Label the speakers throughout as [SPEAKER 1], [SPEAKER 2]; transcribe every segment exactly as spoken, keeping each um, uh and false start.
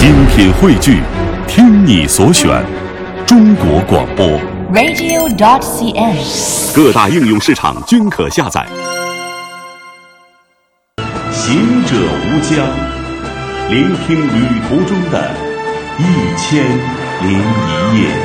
[SPEAKER 1] 精品汇聚，听你所选，中国广播
[SPEAKER 2] radio dot c n，
[SPEAKER 1] 各大应用市场均可下载。行者无疆，聆听旅途中的一千零一夜。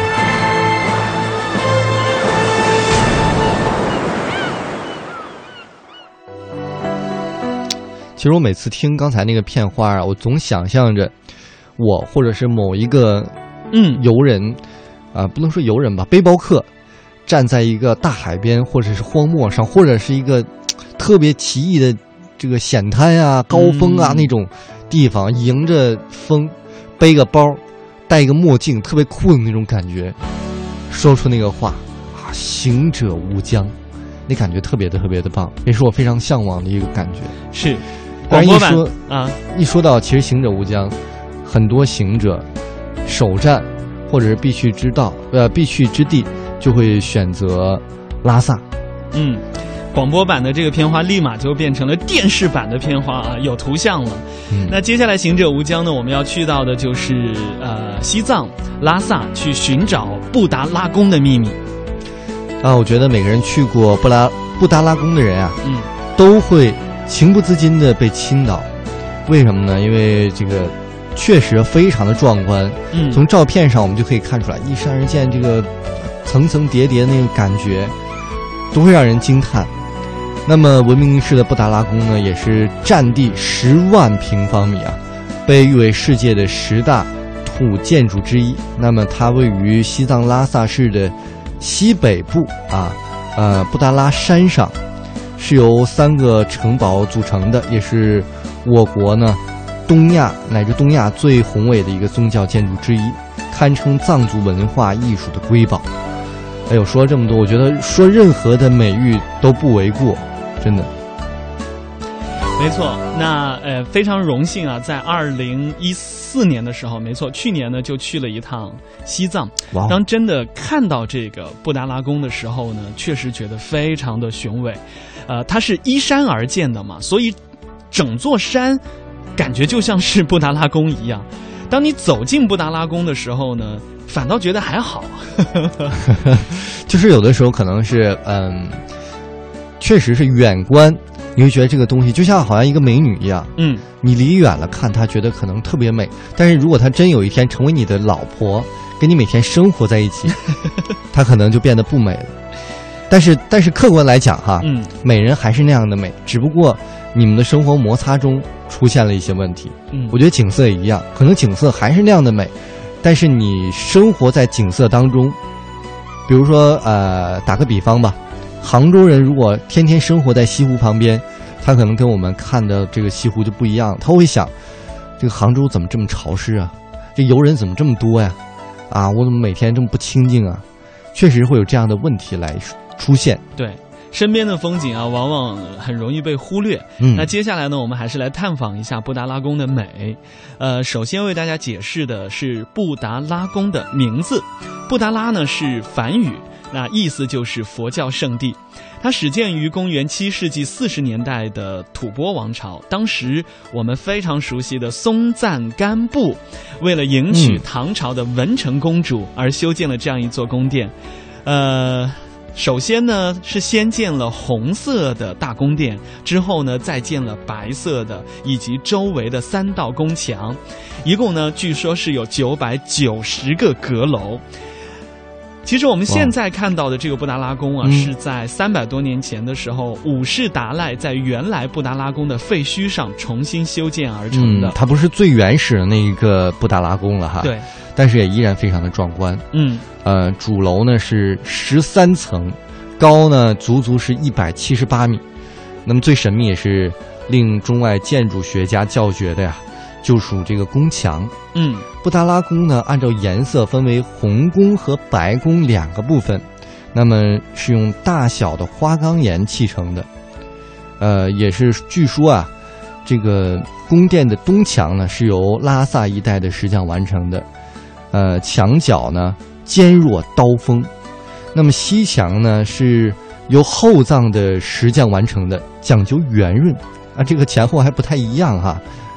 [SPEAKER 3] 其实我每次听刚才那个片花啊，我总想象着我或者是某一个嗯游人啊、呃，不能说游人吧，背包客站在一个大海边或者是荒漠上，或者是一个特别奇异的这个险滩啊、高峰啊、嗯、那种地方，迎着风，背个包，戴一个墨镜，特别酷的那种感觉，说出那个话啊，行者无疆，那感觉特别的特别的棒，也是我非常向往的一个感觉。
[SPEAKER 4] 是。
[SPEAKER 3] 当然一说
[SPEAKER 4] 啊，
[SPEAKER 3] 一说到其实行者无疆，很多行者首站或者是必去之道，呃，必去之地就会选择拉萨。
[SPEAKER 4] 嗯，广播版的这个片花立马就变成了电视版的片花啊，有图像了。嗯、那接下来行者无疆呢，我们要去到的就是呃西藏拉萨，去寻找布达拉宫的秘密。
[SPEAKER 3] 啊，我觉得每个人去过布拉布达拉宫的人啊，
[SPEAKER 4] 嗯，
[SPEAKER 3] 都会情不自禁地被倾倒。为什么呢？因为这个确实非常的壮观。
[SPEAKER 4] 嗯，
[SPEAKER 3] 从照片上我们就可以看出来，一山而建，这个层层叠叠的那种感觉都会让人惊叹。那么闻名于世的布达拉宫呢，也是占地十万平方米啊，被誉为世界的十大土建筑之一。那么它位于西藏拉萨市的西北部啊，呃布达拉山上，是由三个城堡组成的，也是我国呢东亚乃至东亚最宏伟的一个宗教建筑之一，堪称藏族文化艺术的瑰宝。哎呦，说了这么多，我觉得说任何的美誉都不为过，真的。
[SPEAKER 4] 没错，那呃非常荣幸啊，在二零一四年的时候，没错，去年呢就去了一趟西藏。当真的看到这个布达拉宫的时候呢，确实觉得非常的雄伟。呃，它是依山而建的嘛，所以整座山感觉就像是布达拉宫一样。当你走进布达拉宫的时候呢，反倒觉得还好。
[SPEAKER 3] 就是有的时候可能是嗯，确实是远观，你会觉得这个东西就像好像一个美女一样，
[SPEAKER 4] 嗯，
[SPEAKER 3] 你离远了看她觉得可能特别美，但是如果她真有一天成为你的老婆，跟你每天生活在一起，她可能就变得不美了。但是但是客观来讲哈，
[SPEAKER 4] 嗯，
[SPEAKER 3] 美人还是那样的美，只不过你们的生活摩擦中出现了一些问题。
[SPEAKER 4] 嗯，
[SPEAKER 3] 我觉得景色也一样，可能景色还是那样的美，但是你生活在景色当中，比如说呃，打个比方吧，杭州人如果天天生活在西湖旁边，他可能跟我们看的这个西湖就不一样，他会想，这个杭州怎么这么潮湿啊？这游人怎么这么多呀？啊，我怎么每天这么不清静啊？确实会有这样的问题来出现。
[SPEAKER 4] 对，身边的风景啊，往往很容易被忽略。
[SPEAKER 3] 嗯，
[SPEAKER 4] 那接下来呢，我们还是来探访一下布达拉宫的美。呃，首先为大家解释的是布达拉宫的名字。布达拉呢是梵语，那意思就是佛教圣地。它始建于公元七世纪四十年代的吐蕃王朝，当时我们非常熟悉的松赞干布，为了迎娶唐朝的文成公主而修建了这样一座宫殿。呃。首先呢是先建了红色的大宫殿，之后呢再建了白色的以及周围的三道宫墙，一共呢据说是有九百九十个阁楼。其实我们现在看到的这个布达拉宫啊，是在三百多年前的时候，五世达赖在原来布达拉宫的废墟上重新修建而成的。
[SPEAKER 3] 嗯，它不是最原始的那一个布达拉宫了哈。
[SPEAKER 4] 对。
[SPEAKER 3] 但是也依然非常的壮观。
[SPEAKER 4] 嗯，
[SPEAKER 3] 呃，主楼呢是十三层，高呢足足是一百七十八米。那么最神秘也是令中外建筑学家叫绝的呀，就属这个宫墙。
[SPEAKER 4] 嗯，
[SPEAKER 3] 布达拉宫呢按照颜色分为红宫和白宫两个部分，那么是用大小的花岗岩砌成的。呃，也是据说啊，这个宫殿的东墙呢是由拉萨一带的石匠完成的。呃，墙角呢尖若刀锋，那么西墙呢是由后藏的石匠完成的，讲究圆润啊，这个前后还不太一样哈。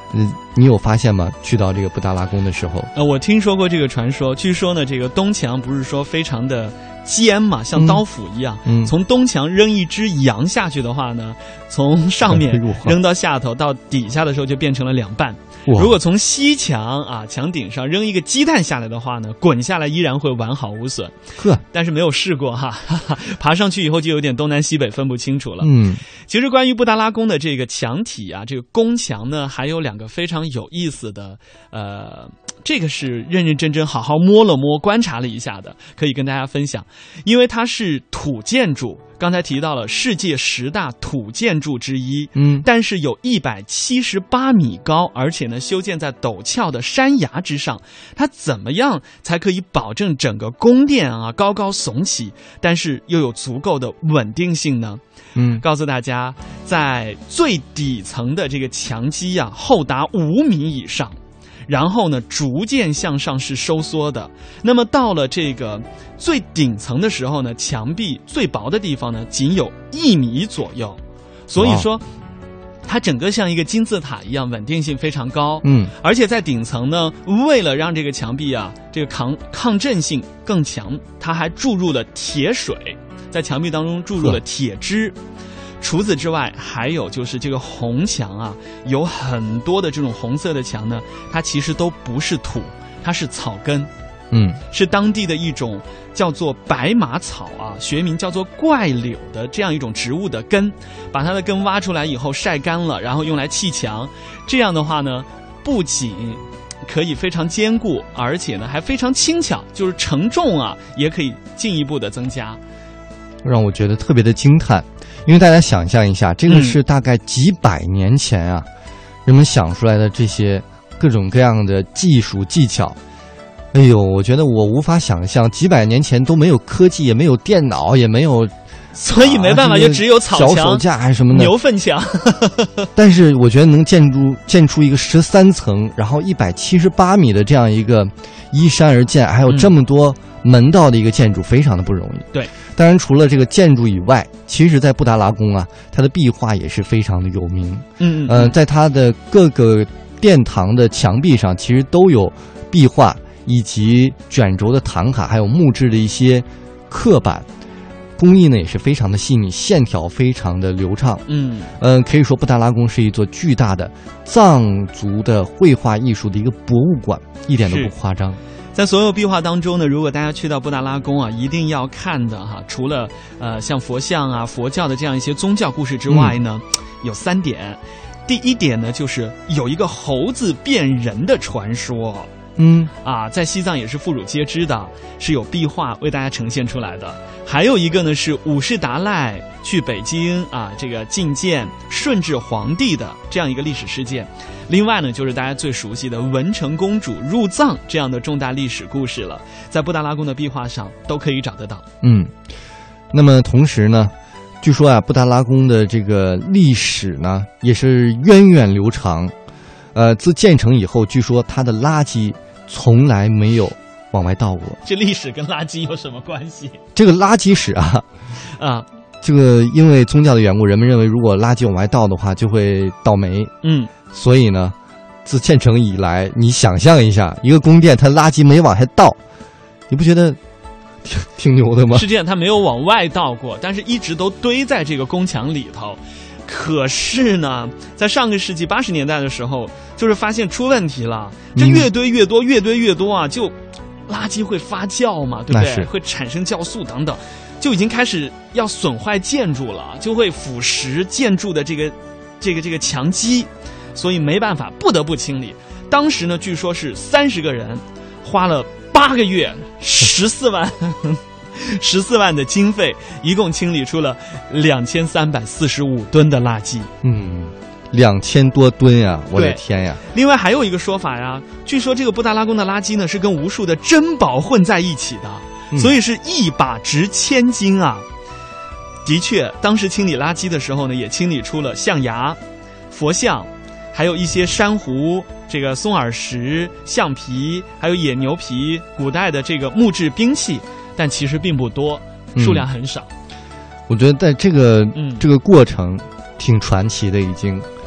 [SPEAKER 3] 嗯，你有发现吗？去到这个布达拉宫的时候，
[SPEAKER 4] 呃，我听说过这个传说。据说呢，这个东墙不是说非常的尖嘛，像刀斧一样。嗯，从东墙扔一只羊下去的话呢，从上面扔到下头，到底下的时候就变成了两半。如果从西墙啊墙顶上扔一个鸡蛋下来的话呢，滚下来依然会完好无损。
[SPEAKER 3] 呵，
[SPEAKER 4] 但是没有试过哈，哈哈，爬上去以后就有点东南西北分不清楚了。
[SPEAKER 3] 嗯，
[SPEAKER 4] 其实关于布达拉宫的这个墙体啊，这个宫墙呢，还有两个非常有意思的，呃，这个是认认真真好好摸了摸、观察了一下的，可以跟大家分享。因为它是土建筑，刚才提到了世界十大土建筑之一，嗯，但是有一百七十八米高，而且呢修建在陡峭的山崖之上。它怎么样才可以保证整个宫殿啊高高耸起，但是又有足够的稳定性呢？嗯，告诉大家，在最底层的这个墙基啊，厚达五米以上。然后呢，逐渐向上是收缩的。那么到了这个最顶层的时候呢，墙壁最薄的地方呢，仅有一米左右。所以说，它整个像一个金字塔一样，稳定性非常高。嗯，而且在顶层呢，为了让这个墙壁啊，这个抗抗震性更强，它还注入了铁水，在墙壁当中注入了铁汁。除此之外，还有就是这个红墙啊，有很多的这种红色的墙呢，它其实都不是土，它是草根，嗯，是当地的一种叫做白马草啊，学名叫做怪柳的这样一种植物的根，把它的根挖出来以后晒干了，然后用来砌墙。这样的话呢，不仅可以非常坚固，而且呢还非常轻巧，就是承重啊也可以进一步的增加，
[SPEAKER 3] 让我觉得特别的惊叹。因为大家想象一下，这个是大概几百年前啊，嗯、人们想出来的这些各种各样的技术技巧。哎呦，我觉得我无法想象，几百年前都没有科技，也没有电脑，也没有，
[SPEAKER 4] 所以没办法，啊、就只有草墙、
[SPEAKER 3] 脚手架还是什么的
[SPEAKER 4] 牛粪墙。
[SPEAKER 3] 但是我觉得能建筑建出一个十三层，然后一百七十八米的这样一个依山而建，还有这么多门道的一个建筑，非常的不容易。
[SPEAKER 4] 对。
[SPEAKER 3] 当然，除了这个建筑以外，其实，在布达拉宫啊，它的壁画也是非常的有名。嗯嗯、呃，在它的各个殿堂的墙壁上，其实都有壁画，以及卷轴的唐卡，还有木质的一些刻板，工艺呢也是非常的细腻，线条非常的流畅。嗯嗯、呃，可以说布达拉宫是一座巨大的藏族的绘画艺术的一个博物馆，一点都不夸张。
[SPEAKER 4] 在所有壁画当中呢，如果大家去到布达拉宫啊，一定要看的哈，除了呃像佛像啊、佛教的这样一些宗教故事之外呢，嗯、有三点。第一点呢，就是有一个猴子变人的传说。嗯啊，在西藏也是妇孺皆知的，是有壁画为大家呈现出来的。还有一个呢是五世达赖去北京啊，这个觐见顺治皇帝的这样一个历史事件。另外呢，就是大家最熟悉的文成公主入藏这样的重大历史故事了，在布达拉宫的壁画上都可以找得到。
[SPEAKER 3] 嗯，那么同时呢，据说啊，布达拉宫的这个历史呢也是源远流长。呃，自建成以后，据说它的垃圾从来没有往外倒过。
[SPEAKER 4] 这历史跟垃圾有什么关系？
[SPEAKER 3] 这个垃圾史啊，啊，这个因为宗教的缘故，人们认为如果垃圾往外倒的话，就会倒霉。嗯，所以呢，自建成以来，你想象一下，一个宫殿它垃圾没往下倒，你不觉得挺挺牛的吗？
[SPEAKER 4] 是这样，它没有往外倒过，但是一直都堆在这个宫墙里头。可是呢，在上个世纪八十年代的时候，就是发现出问题了。这越堆越多，嗯、越堆越多啊，就垃圾会发酵嘛，对不对？会产生酵素等等，就已经开始要损坏建筑了，就会腐蚀建筑的这个这个这个墙基，所以没办法，不得不清理。当时呢，据说是三十个人花了八个月，十四万。十四万的经费，一共清理出了两千三百四十五吨的垃圾。
[SPEAKER 3] 嗯，两千多吨呀！我的天呀！
[SPEAKER 4] 另外还有一个说法呀，据说这个布达拉宫的垃圾呢是跟无数的珍宝混在一起的，嗯、所以是一把值千金啊！的确，当时清理垃圾的时候呢，也清理出了象牙、佛像，还有一些珊瑚、这个松耳石、橡皮，还有野牛皮，古代的这个木质兵器。但其实并不多，数量很少。
[SPEAKER 3] 嗯、我觉得在这个、嗯、这个过程挺传奇的，已经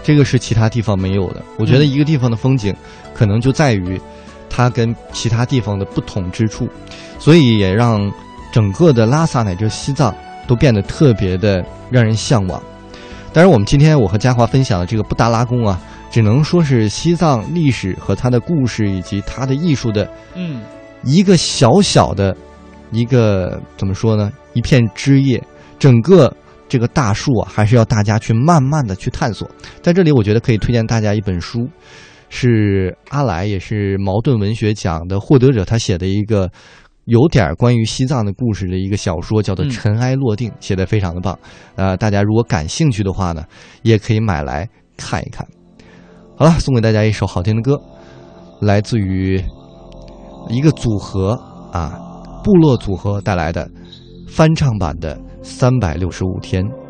[SPEAKER 3] 这个是其他地方没有的。我觉得一个地方的风景，可能就在于它跟其他地方的不同之处，所以也让整个的拉萨乃至西藏都变得特别的让人向往。当然，我们今天我和嘉华分享的这个布达拉宫啊，只能说是西藏历史和它的故事以及它的艺术的，
[SPEAKER 4] 嗯，
[SPEAKER 3] 一个小小的，一个怎么说呢？一片枝叶，整个这个大树啊，还是要大家去慢慢的去探索。在这里，我觉得可以推荐大家一本书，是阿来也是茅盾文学奖的获得者，他写的一个有点关于西藏的故事的一个小说，叫做《尘埃落定》，嗯、写得非常的棒。呃，大家如果感兴趣的话呢，也可以买来看一看。好了，送给大家一首好听的歌，来自于一个组合啊，部落组合带来的翻唱版的《三百六十五天》。